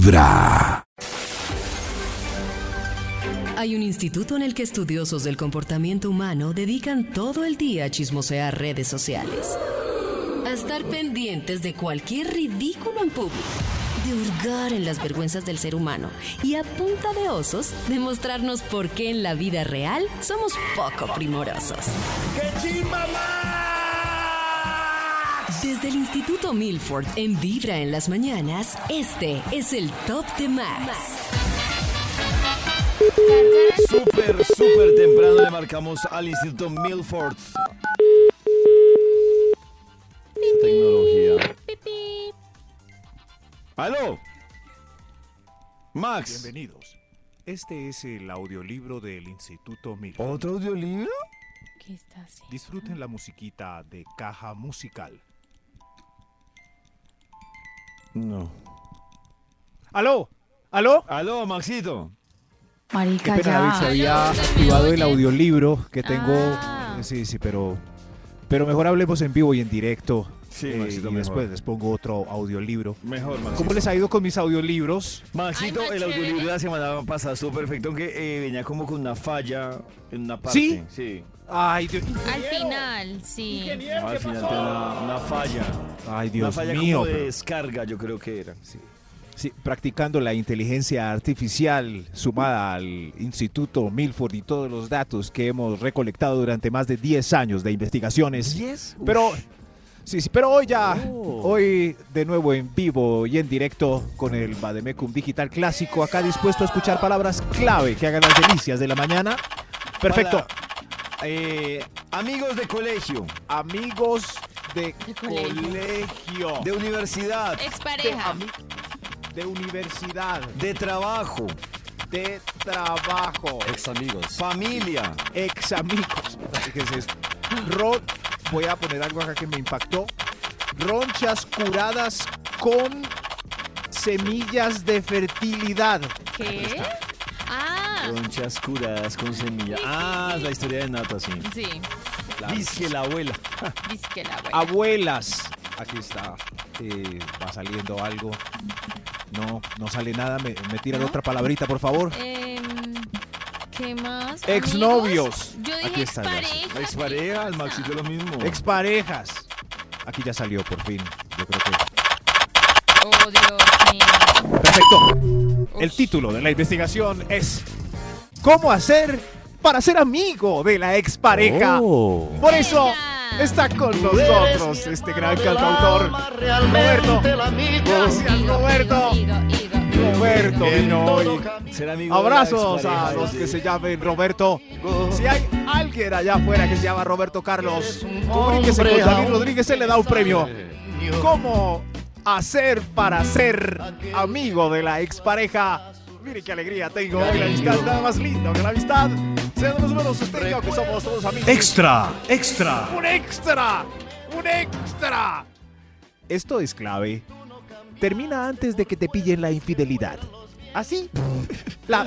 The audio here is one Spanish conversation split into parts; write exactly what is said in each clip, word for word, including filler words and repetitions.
Vibra. Hay un instituto en el que estudiosos del comportamiento humano dedican todo el día a chismosear redes sociales, a estar pendientes de cualquier ridículo en público, de hurgar en las vergüenzas del ser humano y a punta de osos demostrarnos por qué en la vida real somos poco primorosos. ¡Qué chimba, Max! Desde el Instituto Milford en Vibra en las mañanas, este es el Top de Max. Súper, súper temprano le marcamos al Instituto Milford. Tecnología. ¡Aló! Max. Bienvenidos. Este es el audiolibro del Instituto Milford. ¿Otro audiolibro? ¿Qué está haciendo? Disfruten la musiquita de Caja Musical. No. ¡Aló! ¿Aló? ¡Aló, Maxito! Marica, Qué pena, David, se ya. había No, no me activado el oyen. audiolibro que tengo. Ah. Sí, sí, pero. Pero mejor hablemos en vivo y en directo. Sí, eh, Maxito, y mejor. después les pongo otro audiolibro. Mejor, Maxito. ¿Cómo les ha ido con mis audiolibros? Maxito, Ay, no, el chévere. audiolibro de la semana pasada estuvo perfecto, aunque eh, venía como con una falla en una parte. ¿Sí? Sí. Ay, Dios, Al final, sí. No, al final tenía una, una falla. ay, Una Dios falla mío. como de pero- descarga, yo creo que era. Sí, practicando la inteligencia artificial sumada al Instituto Milford y todos los datos que hemos recolectado durante más de diez años de investigaciones. ¿diez? Pero, sí, sí, pero hoy ya, Oh. hoy de nuevo en vivo y en directo con el Bademecum Digital Clásico, acá dispuesto a escuchar palabras clave que hagan las delicias de la mañana. Perfecto. Para, eh, amigos de colegio, Amigos de, De colegio. colegio. de universidad, de, Expareja. ami- de universidad. de trabajo, De trabajo. Ex amigos. familia. Ex amigos. Fíjense esto. Ron, voy a poner algo acá que me impactó. Ronchas curadas con semillas de fertilidad. ¿Qué? Ah, Conchas curadas con semilla. Ah, la historia de Nata, sí. sí. Dice que la abuela. Dice que la abuela. Abuelas. Aquí está. Eh, va saliendo algo. No, no sale nada. Me, me tiran ¿No? otra palabrita, por favor. Em, ¿Qué más? Exnovios. Amigos. Yo dije Aquí está, ya. expareja. Expareja, al Maxito lo mismo. Exparejas. Aquí ya salió por fin. Yo creo que. Oh, Dios mío. Perfecto. El Uf. título de la investigación es ¿Cómo hacer para ser amigo de la expareja? Oh. Por eso Venga. está con nosotros este gran cantautor Roberto. Gracias, Roberto. Higo, higo, higo. Roberto vino hoy. Ser amigo de la Abrazos expareja, a los sí. que se llamen Roberto. Si hay alguien allá afuera que se llama Roberto Carlos, comuníquese con David Rodríguez, él le da un premio. ¿Cómo hacer para ser amigo de la expareja? Mire qué alegría tengo hoy, la amistad, nada más lindo que la amistad. Sean los buenos usted y yo, que somos todos amigos. Extra, extra. ¡Un extra! ¡Un extra! Esto es clave. Termina antes de que te pillen la infidelidad. Así, la,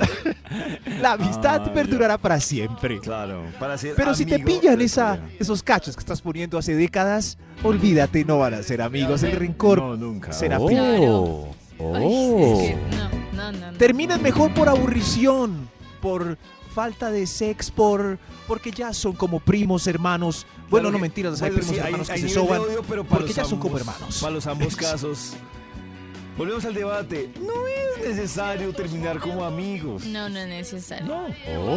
la amistad Ah, perdurará para siempre. Claro, para ser Pero si te amigo pillan de esa, expareja. esos cachos que estás poniendo hace décadas, olvídate, no van a ser amigos. El rencor No, nunca. será Oh. primero. Oh. Ay, es que no, no, no, no. Terminan mejor por aburrición, por falta de sex, por porque ya son como primos, hermanos. Bueno, Claro no que- mentiras, hay bueno, primos sí, hermanos que hay se nivel de soban. odio, pero para porque los ya son como ambos- hermanos. Para los ambos casos. Volvemos al debate. No es necesario terminar como amigos. No, no es necesario. No.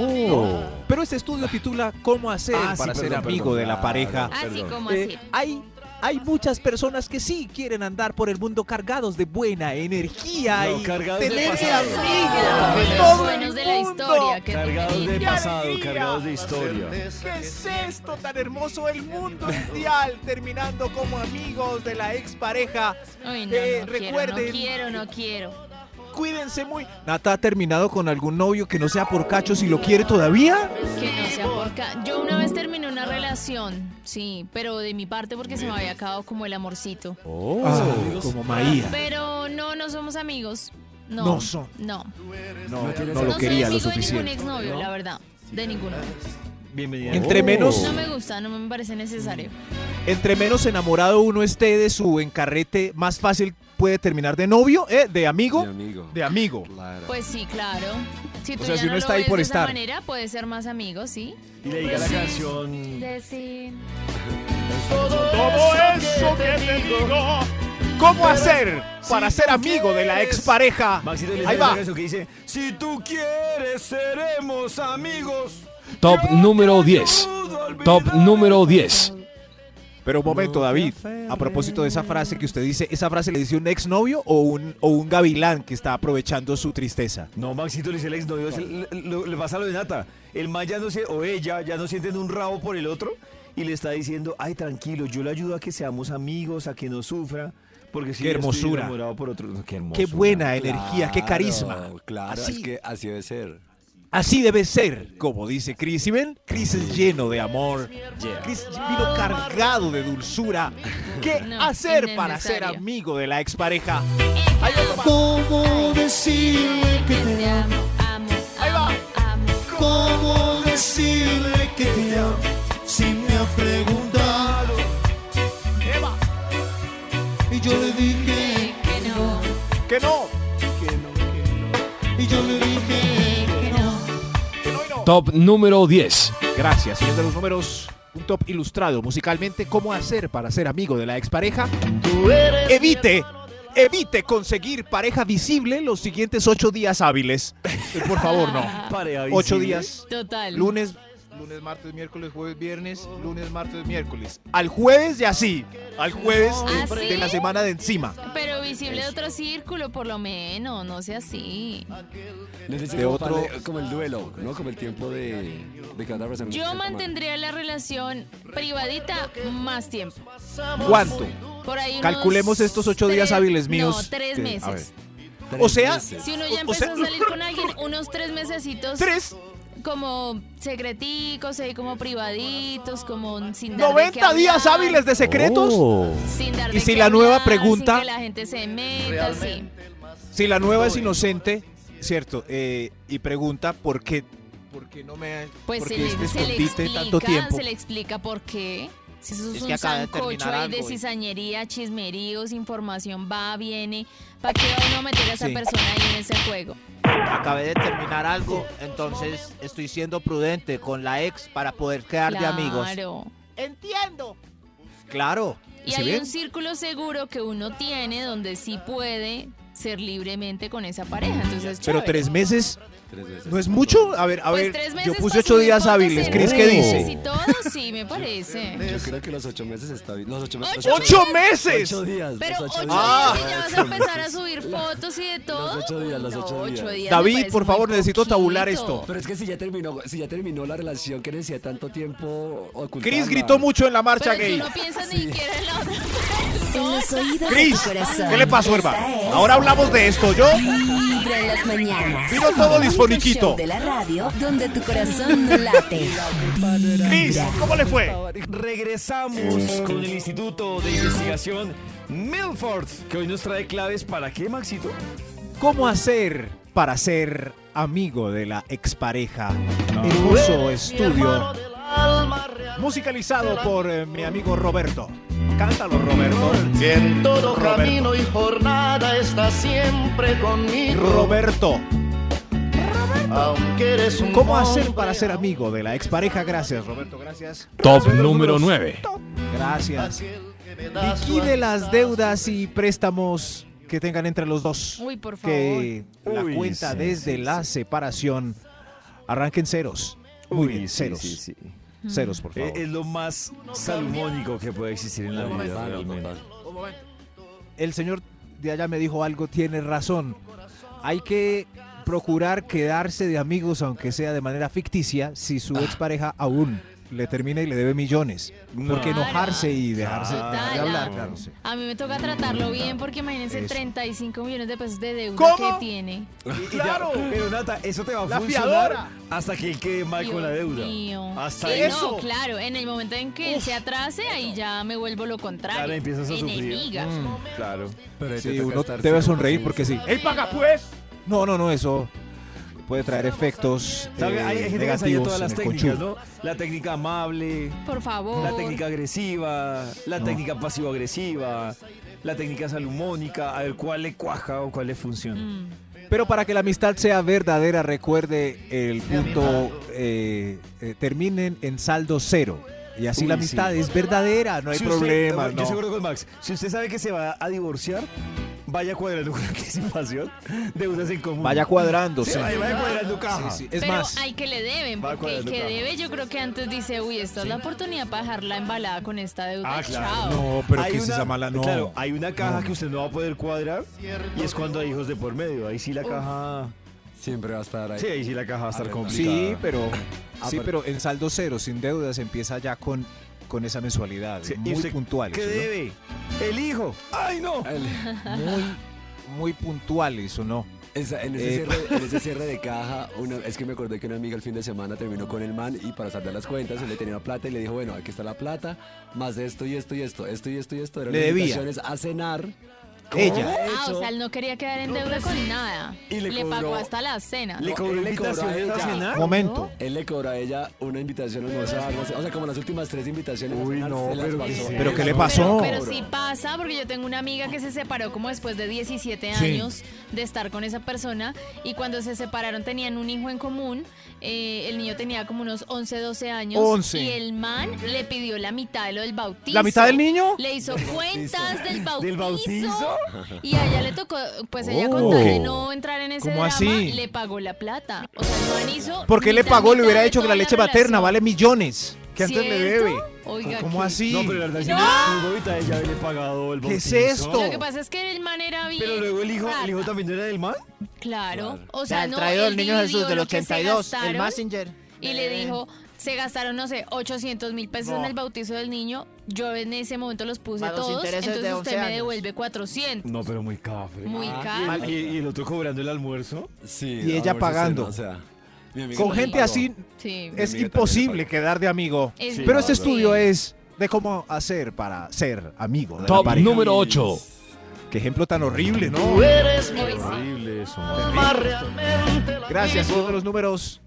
Oh. Pero este estudio titula ¿Cómo hacer Ah, sí, para ser perdón, amigo perdón. de la Ah, pareja? Así Perdón. como Eh, así. hay, hay muchas personas que sí quieren andar por el mundo cargados de buena energía No, y cargados de tener de pasado. amigos de Los todo el buenos de la mundo. historia. Que Cargados de ¡Qué pasado, alegría! cargados de historia. ¿Qué es esto tan hermoso? El mundo ideal, terminando como amigos de la expareja. Uy, no, Eh, no recuerden- quiero, no quiero, no quiero. Cuídense muy. ¿Nata ha terminado con algún novio que no sea por cacho si lo quiere todavía? Que no sea por ca- Yo una vez terminé una relación, sí, pero de mi parte porque se me había acabado como el amorcito. Oh. Ah, como Maía. Pero no, no somos amigos. No, No son. No, No, No tienes- no no lo soy quería lo amigo de ningún suficiente. exnovio, ¿No? la verdad. De ninguno. Bienvenida. Entre Oh. menos, No me gusta, no me parece necesario. entre menos enamorado uno esté de su encarrete, más fácil puede terminar de novio, ¿eh? De amigo, Mi amigo. de amigo. Claro. Pues sí, claro. Si tú sea, ya si uno no está lo ahí ves por de estar. esa manera, puede ser más amigo, ¿sí? Y le diga la canción. Decir. Todo eso que te digo. ¿Cómo hacer para ser amigo de la expareja? Maxito le Ahí dice va. una canción que dice: si tú quieres, seremos amigos. Top número diez. Top número diez. Pero un momento, David, a propósito de esa frase que usted dice, ¿esa frase le dice un exnovio o un, o un gavilán que está aprovechando su tristeza? No, Maxito le dice el exnovio, es el- le, le- le pasa lo de Nata. El man ya no se, o ella, ya no sienten un rabo por el otro y le está diciendo: ay, tranquilo, yo le ayudo a que seamos amigos, a que no sufra. Porque si Qué yo estoy hermosura. enamorado por otro. No, qué hermosura. Qué buena energía, qué carisma. Claro, Claro, Así- es que así debe ser. Así debe ser, como dice Chris. ¿Y ven? Chris es lleno de amor. Chris vino cargado de dulzura. ¿Qué No, hacer para ser innecesario. amigo de la expareja? ¿Cómo decirle que Te te amo? amo, amo, Ahí va. amo, amo. ¿Cómo decirle que te amo? Si me ha preguntado Eva, y yo le dije Que no, que no. y yo le dije que no. Que no y no. Top número diez. Gracias, señor de los números. Un top ilustrado musicalmente. ¿Cómo hacer para ser amigo de la expareja? Evite, evite conseguir pareja visible los siguientes ocho días hábiles. Eh, Por favor, no. Pareja Ocho visible. días. total. Lunes, lunes, martes, miércoles, jueves, viernes, lunes, martes, miércoles. Al jueves y así. Al jueves ¿Ah, de, sí? de la semana de encima. Pero visible de otro círculo, por lo menos, no sea así. Necesito De como, otro- para- como el duelo, ¿no? Como el tiempo de, de que otra persona. Yo mantendría la relación privadita más tiempo. ¿Cuánto? Por ahí unos Calculemos estos ocho días tres- hábiles míos. No, tres que- meses. a ver. O sea, Si uno ya O- o empezó sea- a salir con alguien, unos tres mesecitos. Tres. Como secreticos, ahí como privaditos, como sin dar de qué noventa días hablar, hábiles de secretos. sin dar Y de si qué la nueva hablar, pregunta- sin que la gente se meta, sí. Si la nueva es inocente, cierto, eh, y pregunta por qué, por qué no me, Pues por se qué le, este se le escondite explica, tanto tiempo. se le explica por qué. Si eso es, Es un que acaba de sancocho terminar ahí de algo. cizañería, chismeríos, información va, viene. ¿Para qué va uno a meter a esa Sí. persona ahí en ese juego? Acabé de terminar algo, entonces estoy siendo prudente con la ex para poder quedar de amigos. Claro. Entiendo. Claro. Y ¿Se hay ven? un círculo seguro que uno tiene donde sí puede ser libremente con esa pareja. Entonces, Pero chévere. tres meses Tres veces. no es mucho. A ver, a Pues ver, tres yo meses puse pa' ocho subir días fotos hábiles. en Chris, ¿qué redes dice? Y todo, sí, me parece. Yo creo que los ocho meses está bien. Los ocho, meses. ¿Ocho ¡Ocho meses! Ocho días. Pero los ocho ocho días Ah. y ya vas a empezar a subir fotos y de todo. Los ocho días, los No, ocho días. me David, parece por muy favor, necesito tabular poquito. esto. Pero es que si ya terminó, si ya terminó la relación que necesita tanto tiempo ocultarla. Chris gritó mucho en la marcha Pero gay. tú no piensas ni siquiera en la otra En los persona. oídos de Chris, tu corazón. ¿qué le pasó, Esta hermano? es Ahora hablamos de esto. Yo, Vibra en las mañanas. Vino todo El único disfoniquito. show de la radio donde tu corazón no late. Chris, ¿cómo le fue? Regresamos con el Instituto de Investigación Milford, que hoy nos trae claves para qué, Maxito. ¿Cómo hacer para ser amigo de la expareja? Hermoso estudio. Musicalizado por eh, mi amigo Roberto. Cántalo, Roberto. Que en todo Roberto. camino y jornada está siempre conmigo. Roberto, Aunque eres un ¿cómo hacer hombre para ser amigo de la expareja? Gracias, Roberto, gracias. Top Señor de los número números. nueve. Gracias. aquel que me da su Liquide las amistad. deudas y préstamos que tengan entre los dos. Uy, por favor. Que la Uy, cuenta sí, desde sí, la separación arranquen ceros. Muy Uy, bien, sí, ceros. sí, sí. Ceros, por Eh, favor. Es lo más salmónico que puede existir en la vida, realmente. El señor de allá me dijo algo, tiene razón. Hay que procurar quedarse de amigos, aunque sea de manera ficticia, si su expareja aún le termina y le debe millones. Porque Claro. enojarse y dejarse Total, de hablar, ah. claro. Sí. A mí me toca tratarlo bien porque imagínense Eso. treinta y cinco millones de pesos de deuda ¿Cómo? que tiene. Y- y Claro. ya- pero Nata, eso te va a La funcionar fiadora. hasta que él quede mal con la Dios deuda. mío. Hasta Sí, eso. No, claro, en el momento en que él se atrase, ahí ya me vuelvo lo contrario. Claro, empiezas a sufrir. Enemiga. Claro. Pero ahí te Sí, toca uno estar debe siempre sonreír así. porque sí. ¡Él paga pues! No, no, no, eso puede traer efectos ¿Sabe? eh, Hay gente que ensaya negativos todas las en el técnicas, conchudo. ¿no? La técnica amable, Por favor. la técnica agresiva, la No. técnica pasivo-agresiva. la técnica salomónica, a ver cuál le cuaja o cuál le funciona. Mm. Pero para que la amistad sea verdadera, recuerde el punto, eh, eh, terminen en saldo cero. Y así Uy, la amistad sí. es verdadera, no hay Si usted- problema. Yo no. estoy de acuerdo con Max. Si usted sabe que se va a divorciar, vaya cuadrando con anticipación deudas en común. Vaya cuadrando, Sí, sí. vaya, vaya cuadrando caja. Sí, sí. Es Pero más, hay que le deben, Va porque el cuadrando que caja. debe yo creo que antes dice, uy, esta es la oportunidad para dejarla embalada con esta deuda. Ah, claro. Chao. no, pero Hay que es una- esa mala, no. Claro, hay una caja No. que usted no va a poder cuadrar y es cuando hay hijos de por medio. Ahí sí la caja... Siempre va a estar ahí. Sí, ahí sí la caja va a estar Ah, complicada. Sí, pero, Ah, sí, pero- pero en saldo cero, sin deudas, empieza ya con, con esa mensualidad. Sí, ¿y muy usted puntuales. ¿Qué ¿no? debe? El hijo. ¡Ay, no! El- Muy, muy puntuales, ¿o no? esa- en, ese Eh, cierre, en ese cierre de caja, una, es que me acordé que una amiga el fin de semana terminó con el man y para saldar las cuentas, él le tenía plata y le dijo, bueno, aquí está la plata, más esto y esto y esto, esto y esto y esto. Eran Le debía. invitaciones a cenar. Ella. Ah, o Eso. sea, él no quería quedar en deuda con nada. Y le le cobró- pagó hasta la cena. ¿Le No, cobró él le cobró a invitaciones a ella. cenar? Momento. Él le cobró a ella una invitación a almorzar, no sé, o sea, como las últimas tres invitaciones. a Uy, cenar, no, se las pero pasó. ¿qué es ¿Pero qué le eso? pasó? Pero, pero sí pasa, porque yo tengo una amiga que se separó como después de diecisiete Sí. años de estar con esa persona y cuando se separaron tenían un hijo en común. Eh, el niño tenía como unos once, doce años once. y el man le pidió la mitad de lo del bautizo. ¿La mitad del niño? Le hizo cuentas del bautizo. ¿Del bautizo? Y a ella le tocó, pues ella Oh. con tal de no entrar en ese ¿Cómo drama, así? le pagó la plata. O sea, el man hizo ¿Por qué le mitad, pagó? Le mitad hubiera de dicho que la toda leche materna relación. vale millones. Que antes le ¿Cierto? debe. Oiga, ¿Cómo ¿qué? así? No, pero la verdad sí ¡No! muy bobita ella haberle pagado el ¿Qué es bautizo. esto? Lo que pasa es que el man era bien. Pero luego el hijo, rata. el hijo también no era del man. Claro. O O sea, sea, el no, traído él del niño Jesús dividió del lo que se ochenta y dos, el gastaron Messenger. Y le dijo, se gastaron, no sé, ochocientos mil pesos en No. el bautizo del niño. Yo en ese momento los puse Más los todos, intereses de entonces once usted me años. devuelve cuatrocientos. No, pero muy cafre. Muy Ah, caro. ¿Y, y el otro cobrando el almuerzo? Sí, Y ella a ver si pagando. se- o sea, mi amiga Con también gente pagó. así Sí. es amiga imposible también le quedar de amigo. Es Sí, Pero este claro. estudio es de cómo hacer para ser amigo de la Top pareja. número ocho. Qué ejemplo tan horrible, ¿no? Tú eres mi Hoy sí. Horrible eso, alma, realmente la Gracias, todos los números.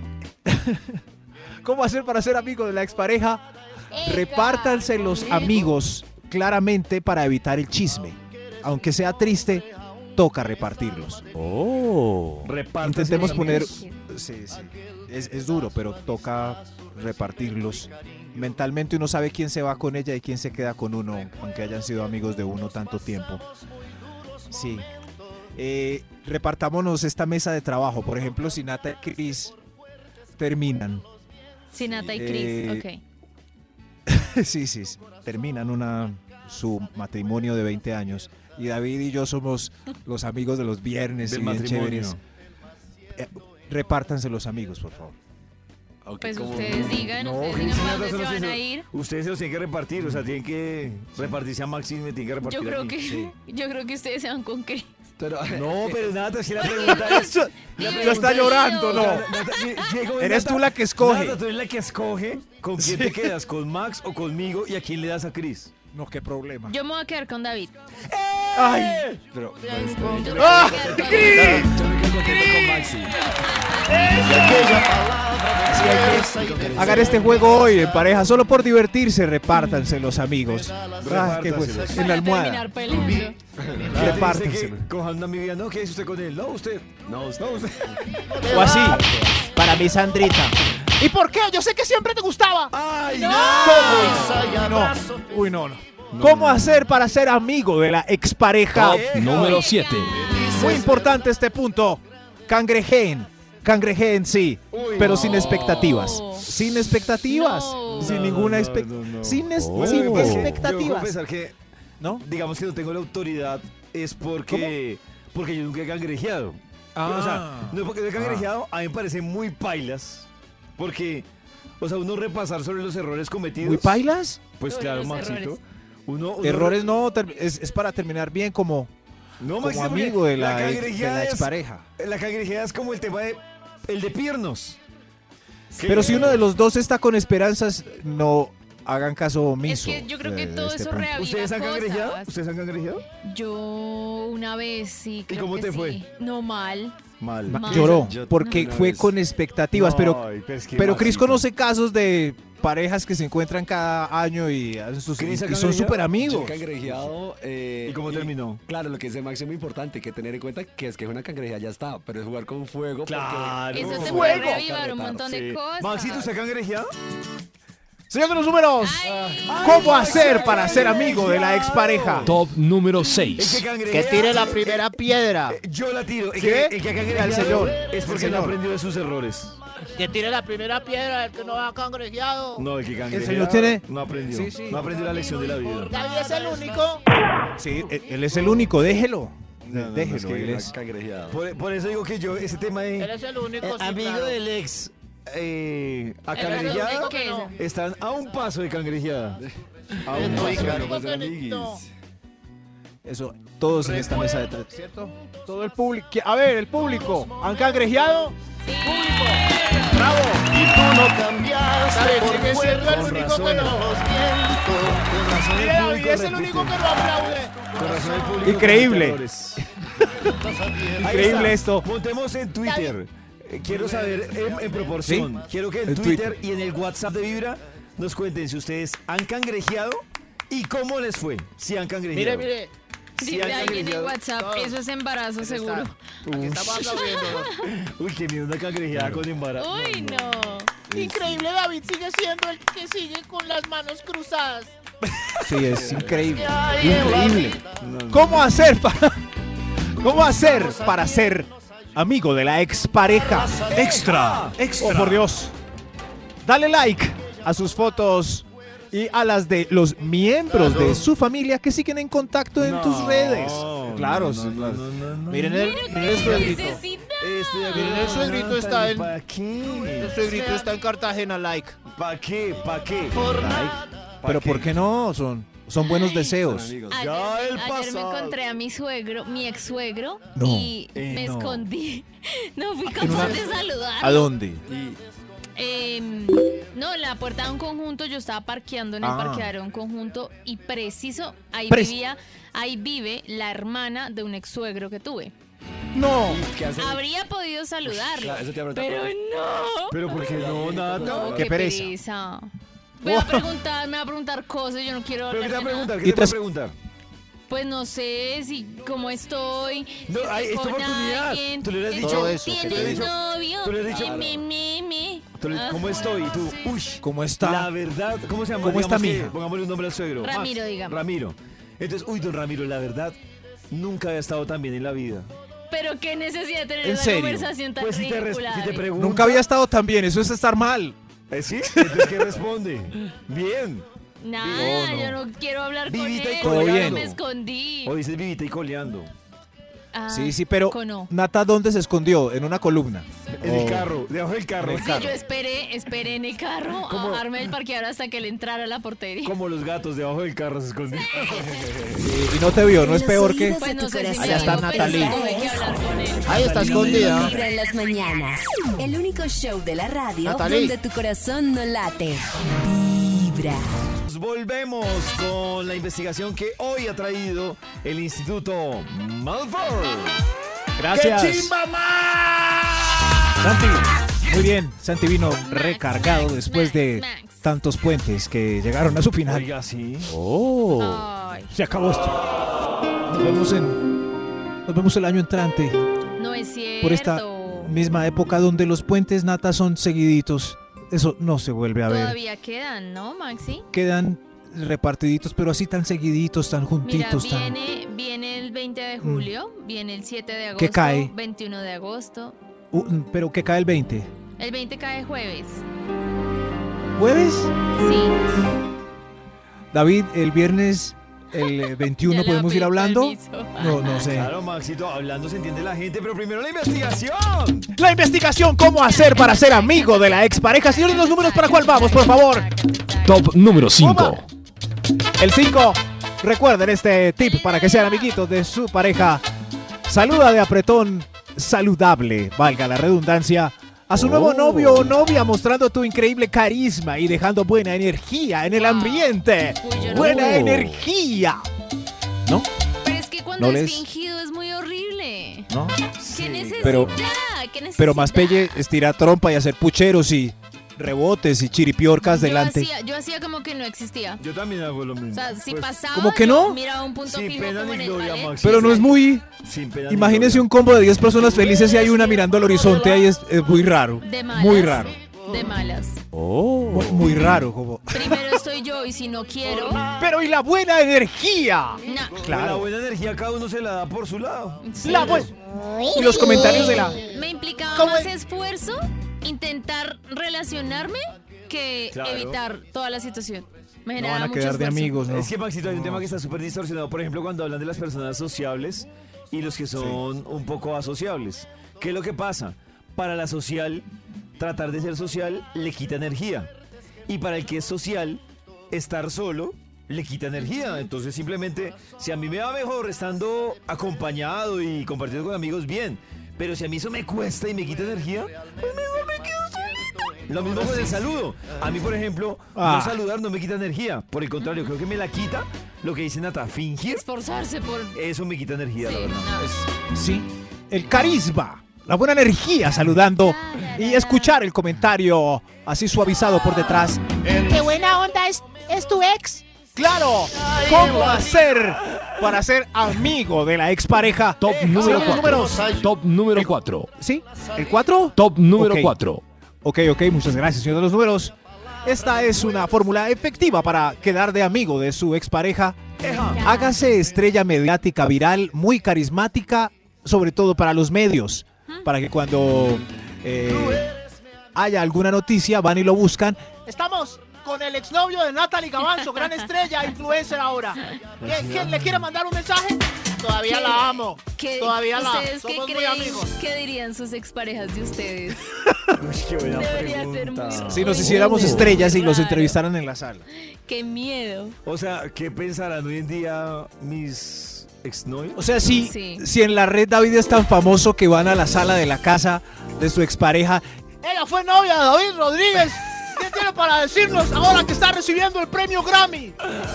¿Cómo hacer para ser amigo de la expareja? Repártanse los amigos claramente para evitar el chisme. Aunque sea triste, toca repartirlos. Oh. Intentemos poner... Sí, sí. Es, es duro, pero toca repartirlos. Mentalmente uno sabe quién se va con ella y quién se queda con uno, aunque hayan sido amigos de uno tanto tiempo. Sí. Eh, repartámonos esta mesa de trabajo. Por ejemplo, si Nata y Cris terminan. Sinata y Chris, Eh, ok. sí, sí, sí. Terminan una, su matrimonio de veinte años. Y David y yo somos los amigos de los viernes Del y bien matrimonio. chéveres. Eh, repártanse los amigos, por favor. Ok, Pues como- ustedes digan, No, ustedes Cris, digan para Nata, dónde se solo van si a no- ir. Ustedes se los tienen que repartir, o sea, tienen que repartirse a Maxi y me tienen que repartir Yo a creo mí. que, sí. yo creo que ustedes se van con Chris. Pero, No, pero nada, si la pregunta es... la Yo pregunta está es- llorando, no. Nata, Nata, si- Diego, Eres Nata, tú la que escoge. Nata, tú eres la que escoge con quién te quedas, con Max o conmigo y a quién le das a Chris. No, qué problema. Yo me voy a quedar con David. Ay, pero, Yo pues, me voy a ¡Ah! quedar con ¡Cris! David. yo me quedo contento con Maxi. Hagan este juego hoy en pareja, solo por divertirse, repártanse los amigos. Ah, qué bueno. Repártanselos. En la Para almohada. terminar peleando. Repártanselo. Que cojan una amiga, no, que es usted con él, no, usted. No, usted. No, usted. O así, para mi Sandrita. ¿Y por qué? Yo sé que siempre te gustaba. ¡Ay, ¿Cómo? No. Uy, no, no. ¿Cómo hacer para ser amigo de la expareja? Top número siete. Muy importante este punto. Cangrejeen. Cangrejeen, sí. Pero sin expectativas. Sin expectativas. No. Sin No, ninguna no, expectativa. no, no. Sin, es- Bueno, sin lo que pasa es que Yo expectativas. confesar que, ¿No? digamos que no tengo la autoridad, es porque, porque yo nunca he cangrejeado. O sea, no es porque no he cangrejeado, a mí me parece muy pailas. Porque, o sea, uno repasar sobre los errores cometidos. ¿Muy pailas? Pues Sobre claro, los Maxito. errores. Uno, uno- Errores no, ter- es, es para terminar bien como, no, como Maxito, porque amigo de la, ex- de cangrejeada la es- expareja. La cangrejeada es como el tema de, el de piernos. Que- Pero si uno de los dos está con esperanzas, no hagan caso Es omiso. que yo creo que de- de todo este eso punto. reaviva ¿Ustedes han cangrejeado? cosas. ¿Ustedes han cangrejeado? Yo una vez sí, creo cómo que te sí. fue? No mal. Mal. Ma- Mal. Lloró Yo- porque una fue vez. con expectativas, pero, Ay, pero es que pero Chris Maxito. conoce casos de parejas que se encuentran cada año y, hacen sus, ¿Chris y acá son en súper Yo amigos. cangrejeado. eh, ¿Y cómo terminó? Claro, lo que dice Max es muy importante, que tener en cuenta que es que una cangrejeada ya está, pero es jugar con fuego. porque- Claro. Eso te ¡Fuego! puede reavivar un montón Sí. de cosas. Maxito, ¿usted cangrejeado? Señor de los números, ¿cómo hacer para ser amigo de la expareja? Top número El que seis. cangrejea. Que tire la primera piedra. Eh, Yo la tiro. El ¿Qué? que, el que ha cangrejeado Al señor, es al porque no señor. aprendió de sus errores. Que tire la primera piedra, el que no ha cangrejeado. No, el que cangrejea señor tiene- no aprendió. Sí, sí. No aprendió la lección de la vida. David es el único. Sí, él- él es el único, déjelo. No, no, no, déjelo, es que él la es. Cangrejeado. Por, por eso digo que yo, ese tema de Él es el único. eh, sí, amigo claro. del ex eh, a Él es el cangrejeada, único que no. están a un paso de cangrejeada. A un El paso. único pues, que amiguis. no. Eso, todos en esta mesa de tres, ¿cierto? Todo el público. A ver, el público. ¿Han cangrejeado? Público. ¡Bravo! Y tú no cambiaste David por sigue siendo el Con único razón. que no. los vientos. Con razón Mire, el David público es el repite. único que no aplaude. Con razón el público Increíble. comete errores. Ahí Increíble está. esto. Montemos en Twitter. Eh, Quiero saber en, en proporción. ¿Sí? Quiero que en En Twitter, Twitter. y en el WhatsApp de Vibra nos cuenten si ustedes han cangrejeado y cómo les fue. Si han cangrejeado. Mire, mire. Si Dice han alguien en cangrejeado. WhatsApp, No. eso es embarazo seguro. Aquí estamos aplaudiendo. Uy, qué miedo una cangrejeada con embarazo. Uy, no. Increíble, David sigue siendo el que sigue con las manos cruzadas. Sí, es increíble. Ay, Increíble. No, no. ¿Cómo hacer para cómo hacer para ser amigo de la expareja? Extra, extra. Oh, por Dios. Dale like a sus fotos y a las de los miembros de su familia que siguen en contacto en No, tus redes. no, Claro, no, sí, no, claro. no, no, no. Miren el, miren el suegrito. Necesita. Este de Miren, acá, el suegrito Natalie, está en- ¿pa' qué? El suegrito está en Cartagena, like. ¿Pa' qué? ¿Pa' qué? Pero ¿por qué no? Son, son buenos deseos. Amigos. Ayer, Ya el ayer me pasado. encontré a mi suegro, mi ex suegro, No. y Eh, me no. escondí. No fui En capaz una- de saludar. ¿A dónde? Em, no, en la puerta de un conjunto, yo estaba parqueando en el Ah. parqueadero de un conjunto y preciso, ahí Prec- vivía, ahí vive la hermana de un ex suegro que tuve. No. ¿Qué hace? Habría podido saludarlo, Claro, eso te iba a pero preguntar. no. Pero ¿por qué no, Nata? No, Qué qué pereza. pereza. Voy a preguntar, me va a preguntar cosas, yo no quiero ¿Pero qué te va a hablar de nada. preguntar? Y ¿Qué te va a tras- preguntar? Pues no sé si cómo estoy. No, si hay estoy esta con oportunidad. alguien, Tú le hubieras que dicho- Todo ya eso, que tú le hubieras ¿Tienes dicho- novio? tú le hubieras Ay, dicho- me, me, me. Tú le- ¿Cómo estoy? Y tú, uy. ¿Cómo La está? verdad, ¿cómo se llama? ¿Cómo está Digamos mi que hija? Pongámosle un nombre al suegro. Ramiro, Max. digamos. Ramiro. Entonces, uy, don Ramiro, la verdad, nunca había estado tan bien en la vida. Pero qué necesidad de tener ¿En esa serio? conversación tan Pues si te, res- ridícula. si te David. pregunto. Nunca había estado tan bien, eso es estar mal. ¿Eh, ¿Sí? Entonces, ¿qué responde? Bien. Nada, No, no. yo no quiero hablar con Vivita y él. Todo yo bien. me escondí. O dices vivita y coleando. Ah, Sí, sí, pero cono. Nata, ¿dónde se escondió? En una columna. En Oh. el carro, debajo del carro. En el Sí, carro. yo esperé, esperé en el carro a ¿Cómo? bajarme del parqueadero hasta que él entrara a la portería. Como los gatos debajo del carro se escondían. Y, y no te vio, no es peor que... Los Pues no tu sé si corazón. me Allá está dijo, pero Natalie. tuve que hablar con él. Ahí está escondida. Vibra en las mañanas. El único show de la radio Natalie. donde tu corazón no late. Vibra. Volvemos con la investigación que hoy ha traído el Instituto Malfour. Gracias. Santi, muy bien. Santi vino recargado después de Max. tantos puentes que llegaron a su final. Oiga, sí. Oh, Ay, se acabó esto. Nos vemos en, nos vemos el año entrante no es cierto. por esta misma época donde los puentes, Nata, son seguiditos. Eso no se vuelve a ver. Todavía quedan, ¿no, Maxi? Quedan repartiditos, pero así tan seguiditos, tan Mira, juntitos, tan... viene, viene el veinte de julio, viene el siete de agosto, ¿Qué cae? veintiuno de agosto. Uh, pero que cae el veinte. El veinte cae jueves. ¿Jueves? Sí. David, el viernes, el eh, veintiuno, Ya le ¿podemos voy a ir pedir hablando? permiso. No, no sé. Claro, Maxito, hablando se entiende la gente, pero primero la investigación. La investigación, ¿cómo hacer para ser amigo de la expareja? Señores, los números, ¿para cuál vamos, por favor? Top número cinco. El cinco. Recuerden este tip para que sean amiguitos de su pareja. Saluda de apretón saludable, valga la redundancia, a su nuevo novio o novia, mostrando tu increíble carisma y dejando buena energía en el Wow. ambiente. Uy, yo no- Buena Oh. energía. ¿No? Pero es que cuando No es les- fingido es muy horrible. ¿no? ¿Qué necesita? Pero- ¿Qué necesita? Pero más pelle es tirar trompa y hacer pucheros y rebotes y chiripiorcas Yo delante. hacía, yo hacía como que no existía. Yo también hago lo mismo. O sea, si Pues, pasaba, ¿cómo que yo no? miraba un punto sin fijo pena como ni en el gloria, ballet. Max. Pero no es muy... Sin pena ni Imagínese gloria. un combo de diez personas felices y hay una mirando al horizonte ahí, es, es muy raro. De malas. Muy raro. De malas. Muy, muy raro. Como... Primero estoy yo y si no quiero, Pero ¿y la buena energía? no. Pues la Claro. buena energía cada uno se la da por su lado. Sí. La buena... Y los comentarios de la... Me implicaba ¿Cómo más es? esfuerzo intentar relacionarme que Claro. evitar toda la situación. Me No generaba van a mucho quedar de esfuerzo. amigos, ¿no? Es que, Maxito, hay un tema que está súper distorsionado. Por ejemplo, cuando hablan de las personas sociables y los que son un poco asociables. ¿Qué es lo que pasa? Para la social, tratar de ser social le quita energía. Y para el que es social, estar solo le quita energía. Entonces, simplemente, si a mí me va mejor estando acompañado y compartiendo con amigos, bien. Pero si a mí eso me cuesta y me quita energía, pues mejor me quedo solito. Lo mismo con el saludo. A mí, por ejemplo, Ah. no saludar no me quita energía. Por el contrario, creo que me la quita lo que dice Nata, fingir. Esforzarse por... Eso me quita energía, Sí, la verdad. no. Sí. El carisma. La buena energía saludando. Y escuchar el comentario así suavizado por detrás. ¡Qué buena onda es, es tu ex! ¡Claro! ¿Cómo hacer para ser amigo de la expareja? Top número los cuatro. números. Top número cuatro. ¿Sí? ¿El cuatro? Top número Ok. cuatro. Ok, ok, muchas gracias, señor de los números. Esta es una fórmula efectiva para quedar de amigo de su expareja. Hágase estrella mediática viral, muy carismática, sobre todo para los medios, para que cuando eh, haya alguna noticia van y lo buscan. Estamos con el exnovio de Natalie Gavanzo, gran estrella, influencer ahora. ¿Qui- ¿Quién le quiere mandar un mensaje? Todavía ¿Qué- la amo. qué- Todavía la amo. ¿Ustedes qué Somos muy creen amigos. que dirían sus exparejas de ustedes? Uy, qué buena Debería ser pregunta. muy- Si nos hiciéramos estrellas y los Claro. entrevistaran en la sala. ¡Qué miedo! O sea, ¿qué pensarán hoy en día mis exnovios? O sea, si, Sí. si en la red David es tan famoso que van a la sala de la casa de su expareja, Ella fue novia de David Rodríguez. ¿Qué tiene para decirnos ahora que está recibiendo el premio Grammy?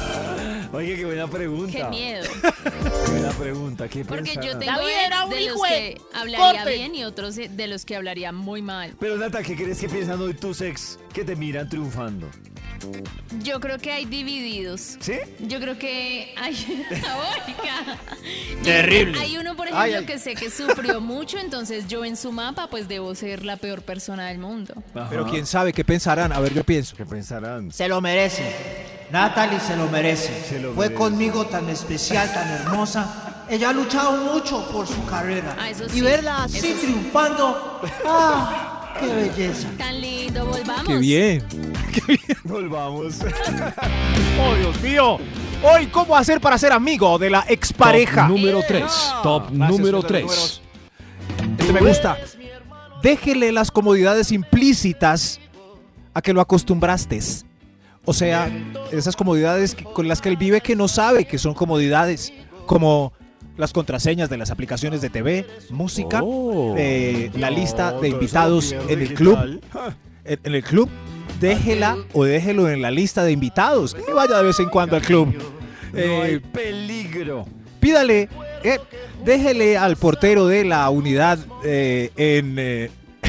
Oye, qué buena pregunta. ¡Qué miedo! Qué buena pregunta. ¿Qué Porque yo pensarán? tengo David ex era un de los hijo de- que hablaría Corte. bien y otros de los que hablaría muy mal. Pero Nata, ¿qué crees que piensan hoy tus ex que te miran triunfando? Yo creo que hay divididos. ¿Sí? Yo creo que hay... Oiga. Terrible. Hay uno, por ejemplo, Ay, ay. que sé que sufrió mucho, entonces yo en su mapa pues debo ser la peor persona del mundo. pero quién sabe qué pensarán. A ver, yo pienso. ¿Qué pensarán? Se lo merece. Natalie se lo merece. Se lo Fue merece. conmigo tan especial, tan hermosa. Ella ha luchado mucho por su carrera. Ah, eso y sí, verla así eso sí. triunfando. ¡Ah! ¡Qué belleza! Tan lindo, volvamos. Qué bien. Volvamos. ¡Oh, Dios mío! Hoy, ¿cómo hacer para ser amigo de la expareja? Top número tres. Top Gracias, número señor de los tres. números. Este me gusta. Déjele las comodidades implícitas a que lo acostumbraste. O sea, esas comodidades que- con las que él vive que no sabe que son comodidades, como las contraseñas de las aplicaciones de T V, música, Oh. eh, la lista No, de todo invitados eso lo en pide el club. digital. Ja. En, en el club, déjela o déjelo en la lista de invitados. Que vaya de vez en cuando al club. No hay Eh, peligro. pídale, eh, déjele al portero de la unidad eh, en, eh,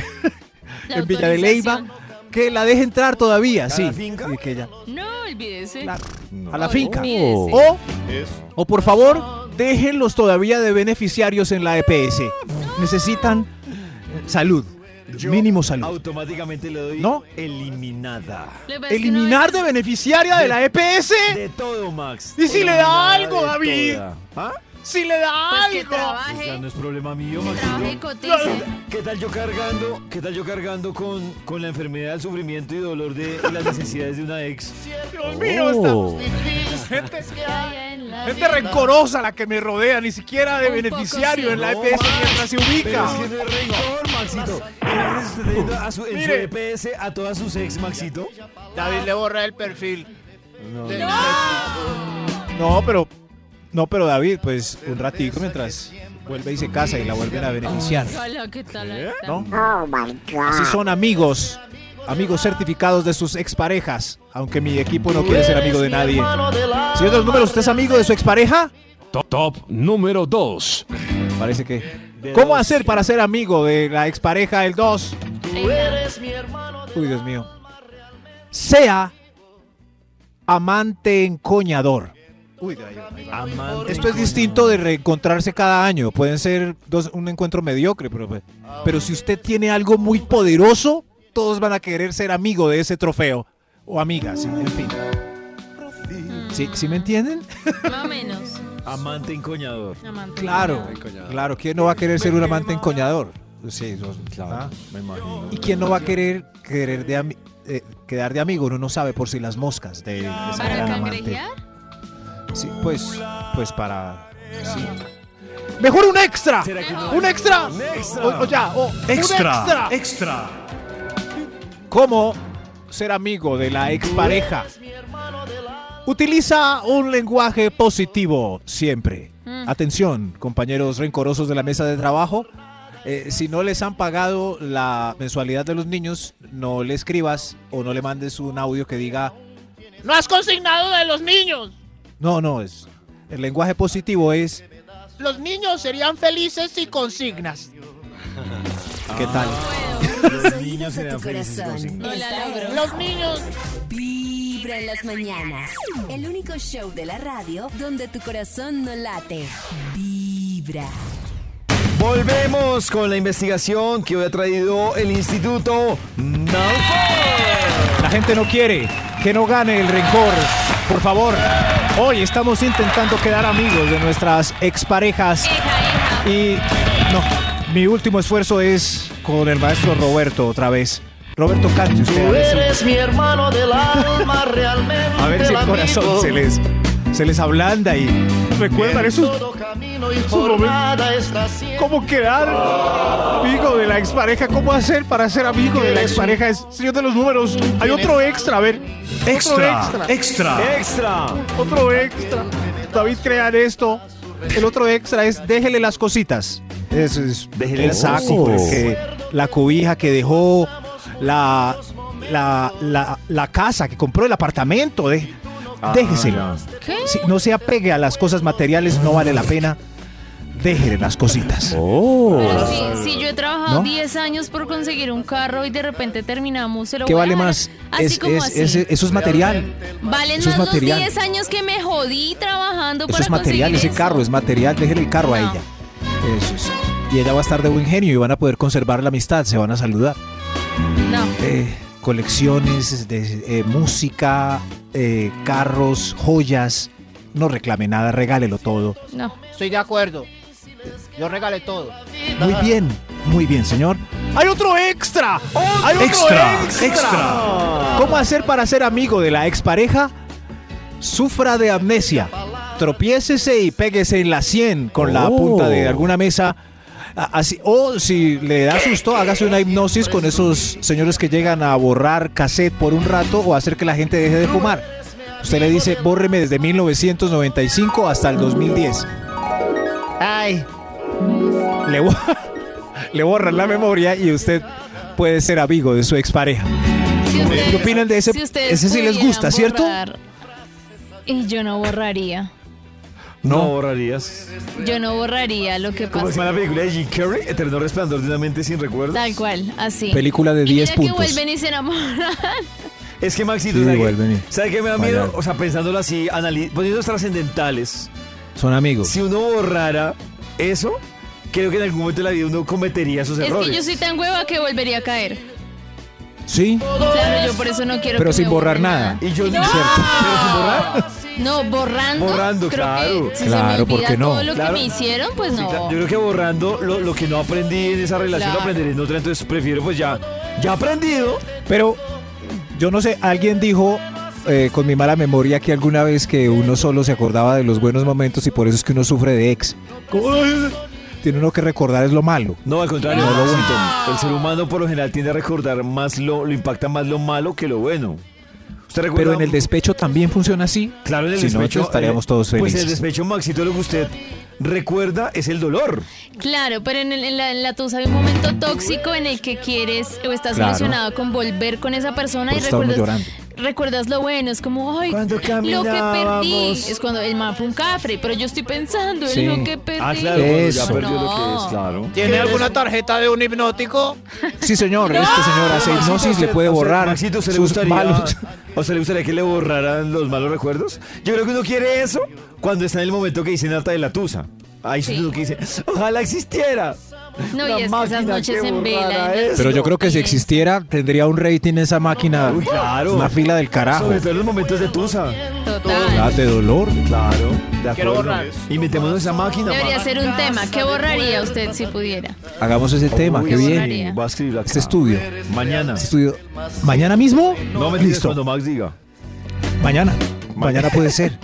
La en Villa de Leyva autorización. que la deje entrar todavía, ¿A sí. la finca? Y que ella- No, olvídese. la- a la finca. Olvídese. O, o por favor, déjenlos todavía de beneficiarios en la E P S. Necesitan eh, salud, Yo mínimo salud. Automáticamente le doy ¿No? eliminada. Lo que pasa es que uno Eliminar a de veces- beneficiaria de la E P S. De todo, Max. ¿Y si le da Eliminada algo, de David? toda. ¿Ah? Si le da Pues que algo. Pues trabaje, ya no es problema mío, que trabaje y Maxito. cotice. ¿Qué tal yo cargando, qué tal yo cargando con, con la enfermedad, el sufrimiento y dolor de y las necesidades de una ex? Dios mío, Oh. esta gente, Que haya en la gente vida. rencorosa la que me rodea, ni siquiera de Un poco beneficiario sí. en la No, E P S Max, mientras se Pero ubica. es que no es rencor, Maxito. Imagínese usted teniendo a su, en su Mire. E P S a todas sus ex, Maxito. David le borra el perfil. No. De- No, pero no, pero David, pues un ratico mientras vuelve y se casa y la vuelven a beneficiar, Hola, ¿qué tal? ¿Eh? ¿no? Así son amigos, amigos certificados de sus exparejas, aunque mi equipo no quiere ser amigo de nadie. Señor de los números, ¿usted es amigo de su expareja? Top, top número dos. Parece que ¿Cómo hacer para ser amigo de la expareja? El dos. Uy, Dios mío. Sea amante encoñador. Uy, ay, ay, ay. Amante Esto es distinto de reencontrarse cada año. Pueden ser dos, un encuentro mediocre, pero, pero si usted tiene algo muy poderoso, todos van a querer ser amigo de ese trofeo. O amigas, en fin. ¿Sí, ¿sí me entienden? Más o menos. Amante encoñador. Amante Claro, encoñador. claro. ¿Quién no va a querer ser un amante encoñador? Sí, eso, Claro, ¿ah? me imagino. ¿Y quién no va a querer, querer de ami- eh, quedar de amigo? Uno no sabe por si las moscas de, de esa ¿Para gran amante. cangrejear? Sí, pues, pues para... Sí. ¡Mejor un extra! ¿Será que no? ¡Un extra! Un extra. O, o ya, o, un extra. extra. ¿Cómo ser amigo de la expareja? Utiliza un lenguaje positivo siempre. Mm. Atención, compañeros rencorosos de la mesa de trabajo. Eh, si no les han pagado la mensualidad de los niños, no le escribas o no le mandes un audio que diga, No has consignado de los niños. no, no, es el lenguaje positivo es, Los niños serían felices si consignas. ¿qué tal? Los niños serán felices. corazón. No la logró. Los niños. Vibra en las mañanas. El único show de la radio donde tu corazón no late. Vibra. Volvemos con la investigación que hoy ha traído el Instituto Malfoy. La gente no quiere que no gane el rencor. Por favor, hoy estamos intentando quedar amigos de nuestras exparejas. Hija, hija. Y no, mi último esfuerzo es con el maestro Roberto otra vez. Roberto, cante usted. A Tú ver si, eres mi hermano del alma, realmente. a ver si el amigo. corazón se les, se les ablanda y recuerdan esos, Todo camino y esos jornada está siempre. cómo quedar amigo de la expareja, cómo hacer para ser amigo de la expareja. Es, señor de los números, hay otro extra, a ver. Extra, Otro extra. extra. Extra. Otro extra. David, crean esto. El otro extra es déjele las cositas. Eso es Déjele el las saco, cositas. que, la cobija que dejó, la, la, la, la casa que compró, el apartamento. De, déjeselo. ¿Qué? Si no se apegue a las cosas materiales, no vale la pena. Déjele las cositas. Pero si, si yo he trabajado ¿No? diez años por conseguir un carro y de repente terminamos, se lo ¿Qué voy a vale dejar más? así Es- como es- así. es- eso es material. Valen eso es más material. los diez años que me jodí trabajando Eso para es material, conseguir ese eso. carro es material. Déjele el carro a No. ella. Eso es. Y ella va a estar de buen genio y van a poder conservar la amistad, se van a saludar. No. Eh, colecciones de eh, música, eh, carros, joyas. No reclame nada, regálelo todo. No. Estoy de acuerdo. Yo regalé todo. Muy bien, muy bien, señor. ¡Hay otro extra! ¡Hay otro Extra, extra! extra. ¿Cómo hacer para ser amigo de la expareja? Sufra de amnesia. Tropiécese y péguese en la sien con la Oh. punta de alguna mesa. A- Así, o si le da susto, hágase una hipnosis con esos señores que llegan a borrar cassette por un rato o hacer que la gente deje de fumar. Usted le dice, bórreme desde mil novecientos noventa y cinco hasta el dos mil diez. Ay, Le, bo- le borran la memoria y usted puede ser amigo de su expareja. Si ustedes- ¿Qué opinan de ese? si ustedes Ese sí les pudieran gusta, ¿cierto? borrar, y yo no borraría. No borrarías. Yo no borraría lo que ¿Cómo se llama pasó. la película de Jim Carrey? Eterno resplandor de una mente sin recuerdos. Tal cual, así. Película de Y diez mira puntos. que vuelven y se enamoran. Es que Maxito, Sí, ¿sabe, vuelven y- qué? ¿Sabe qué me da miedo? Vaya. O sea, pensándolo así, anali- poniéndonos trascendentales. Son amigos. Si uno borrara eso, creo que en algún momento de la vida uno cometería esos Es errores. que yo soy tan hueva que volvería a caer. Sí, Claro, yo por eso no quiero pero que sin me borrar borren nada. Y yo No. ¿Cierto? Pero sin borrar. No, borrando. Borrando, creo claro. Que si Claro, se me ¿por olvida qué no? todo lo Claro. que me hicieron, pues Sí, no. claro. Yo creo que borrando lo, lo que no aprendí en esa relación Claro. lo aprenderé en otra, entonces prefiero pues ya, ya aprendido. Pero yo no sé, alguien dijo eh, con mi mala memoria que alguna vez que uno solo se acordaba de los buenos momentos y por eso es que uno sufre de ex. ¿Cómo es? Tiene uno que recordar es lo malo. No, al contrario, No. no, lo bonito. El ser humano por lo general tiende a recordar más lo, lo impacta más lo malo que lo bueno. ¿Usted recuerda? Pero en el despecho también funciona así. Claro, en el Si no, despecho estaríamos eh, todos Pues felices. el despecho, Maxito, lo que usted recuerda es el dolor. Claro, pero en, el- en la, en la tusa hay un momento tóxico en el que quieres o estás Claro. ilusionado con volver con esa persona Por y eso estábamos recuerdas. llorando. recuerdas lo bueno, es como, ay, Cuando lo que caminábamos. perdí. Es cuando el man fue un cafre, pero yo estoy pensando Sí. en lo que perdí. Ah, claro, cuando Eso. ya perdió lo que No. es, claro. ¿Tiene alguna tarjeta de un hipnótico? Sí, señor, este señor hace hipnosis, le puede O sea, borrar Maxito, ¿se le sus gustaría, malos... ¿o se le gustaría que le borraran los malos recuerdos? Yo creo que uno quiere eso cuando está en el momento que dice Nata de la Tusa. Ahí es Sí. uno que dice, ojalá existiera. No, una y es que esas máquina noches que en borrara vela. esto. Pero yo creo que si existiera, tendría un rating esa máquina. Uy, claro. Una fila del carajo. Sobre todo en los momentos de Tusa. Total. Ah, de dolor. Claro, de Quiero acuerdo. borrar. Inventémonos esa máquina. Debería ma- ser un tema. ¿Qué borraría usted si pudiera? Hagamos ese tema, Uy, qué sí, bien. voy a escribir acá. Este estudio. Mañana. Este estudio. ¿Mañana mismo? No me Listo. cuando Max diga. Mañana. Mañana puede ser.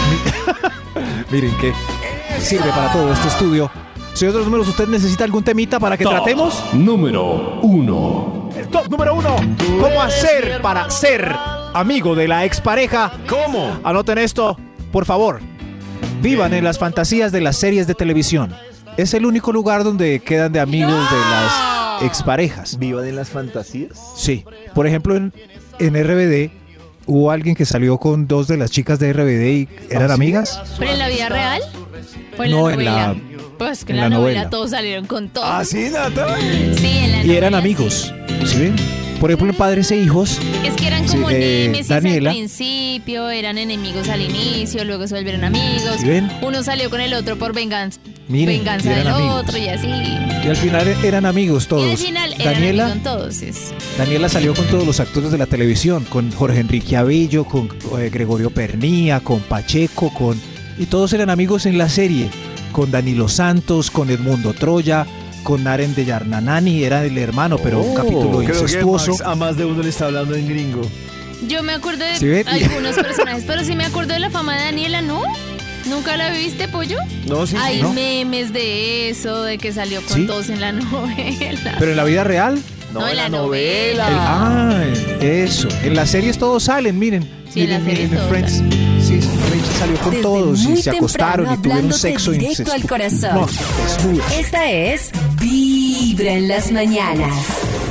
Miren que sirve para todo este estudio. Señor de los números, ¿usted necesita algún temita para que tratemos? Número uno. El top número uno. ¿Cómo hacer para ser amigo de la expareja? ¿Cómo? Anoten esto, por favor. Vivan en las fantasías de las series de televisión. Es el único lugar donde quedan de amigos de las exparejas. ¿Vivan en las fantasías? Sí. Por ejemplo, en, en R B D hubo alguien que salió con dos de las chicas de R B D y eran ¿Ah, sí? amigas. ¿Pero en la vida real? ¿O en No, la en novela? la- Pues que en en la, la novela, novela. todos salieron con todo. ¿Ah, sí, Nata? Sí, en la Y eran novela, amigos. sí. ¿Sí ven? Por ejemplo, en Padres e Hijos. Es que eran Sí, como eh, némesis Daniela. al principio, eran enemigos al inicio, luego se volvieron amigos. ¿Sí ven? Uno salió con el otro por venganza, Miren, venganza y eran del amigos. otro y así. Y al final eran amigos todos. Y al final eran Daniela, amigos todos. es- Daniela salió con todos los actores de la televisión, con Jorge Enrique Avillo, con eh, Gregorio Pernía, con Pacheco, con y todos eran amigos en la serie, con Danilo Santos, con Edmundo Troya, con Naren de Yarnanani, era el hermano, pero un capítulo Oh, Creo que incestuoso. Max a más de uno le está hablando en gringo. Yo me acuerdo de ¿Sí ven? algunos personajes, pero sí me acuerdo de la fama de Daniela, ¿no? ¿Nunca la viste, Pollo? No, sí, Hay sí. ¿no? memes de eso, de que salió con ¿Sí? todos en la novela. Pero en la vida real, No, en la el- novela. ah, eso, en las series todos salen, miren. Sí, en miren, las series miren, todos Friends. Sí, Rachel salió con Desde todos y muy se acostaron y temprano, tuvieron hablándote sexo directo al incestuoso. corazón. No, desnudos. Esta es Vibra en las mañanas.